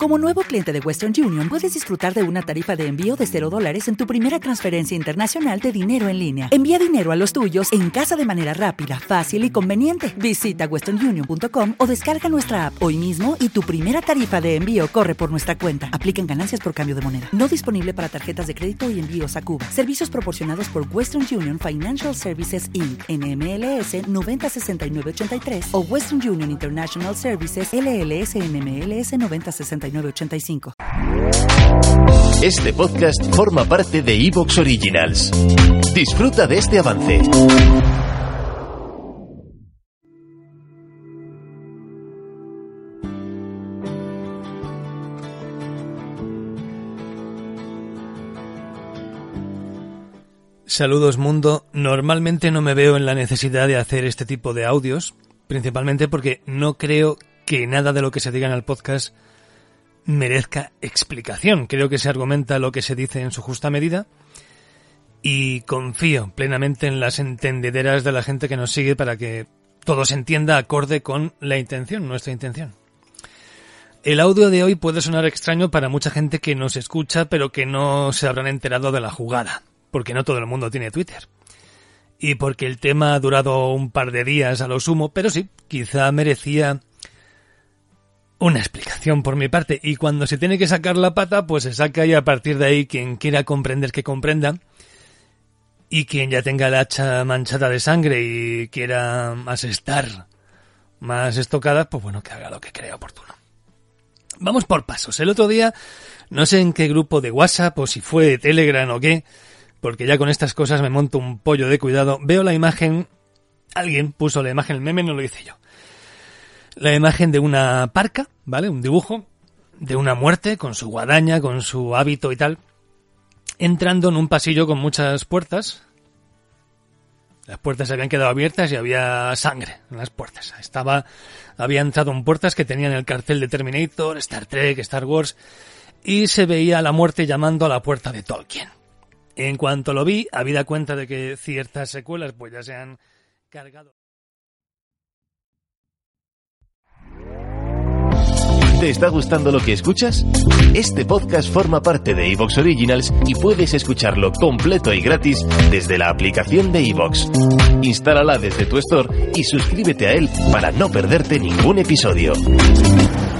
Como nuevo cliente de Western Union, puedes disfrutar de una tarifa de envío de $0 en tu primera transferencia internacional de dinero en línea. Envía dinero a los tuyos en casa de manera rápida, fácil y conveniente. Visita westernunion.com o descarga nuestra app hoy mismo y tu primera tarifa de envío corre por nuestra cuenta. Aplican ganancias por cambio de moneda. No disponible para tarjetas de crédito y envíos a Cuba. Servicios proporcionados por Western Union Financial Services Inc. NMLS 906983 o Western Union International Services LLS NMLS 906985. Este podcast forma parte de iVoox Originals. Disfruta de este avance. Saludos mundo, normalmente no me veo en la necesidad de hacer este tipo de audios, principalmente porque no creo que nada de lo que se diga en el podcast merezca explicación. Creo que se argumenta lo que se dice en su justa medida y confío plenamente en las entendederas de la gente que nos sigue para que todo se entienda acorde con la intención, nuestra intención. El audio de hoy puede sonar extraño para mucha gente que nos escucha pero que no se habrán enterado de la jugada, porque no todo el mundo tiene Twitter y porque el tema ha durado un par de días a lo sumo, pero sí, quizá merecía una explicación por mi parte, y cuando se tiene que sacar la pata, pues se saca, y a partir de ahí quien quiera comprender que comprenda, y quien ya tenga el hacha manchada de sangre y quiera asestar más estocadas, pues bueno, que haga lo que crea oportuno. Vamos por pasos. El otro día, no sé en qué grupo de WhatsApp o si fue de Telegram o qué, porque ya con estas cosas me monto un pollo de cuidado, veo la imagen, alguien puso la imagen, el meme no lo hice yo, la imagen de una parca, ¿vale? Un dibujo de una muerte con su guadaña, con su hábito y tal, entrando en un pasillo con muchas puertas. Las puertas se habían quedado abiertas y había sangre en las puertas. Había entrado en puertas que tenían el cartel de Terminator, Star Trek, Star Wars, y se veía a la muerte llamando a la puerta de Tolkien. En cuanto lo vi, habida cuenta de que ciertas secuelas pues ya se han cargado. ¿Te está gustando lo que escuchas? Este podcast forma parte de iVoox Originals y puedes escucharlo completo y gratis desde la aplicación de iVoox. Instálala desde tu store y suscríbete a él para no perderte ningún episodio.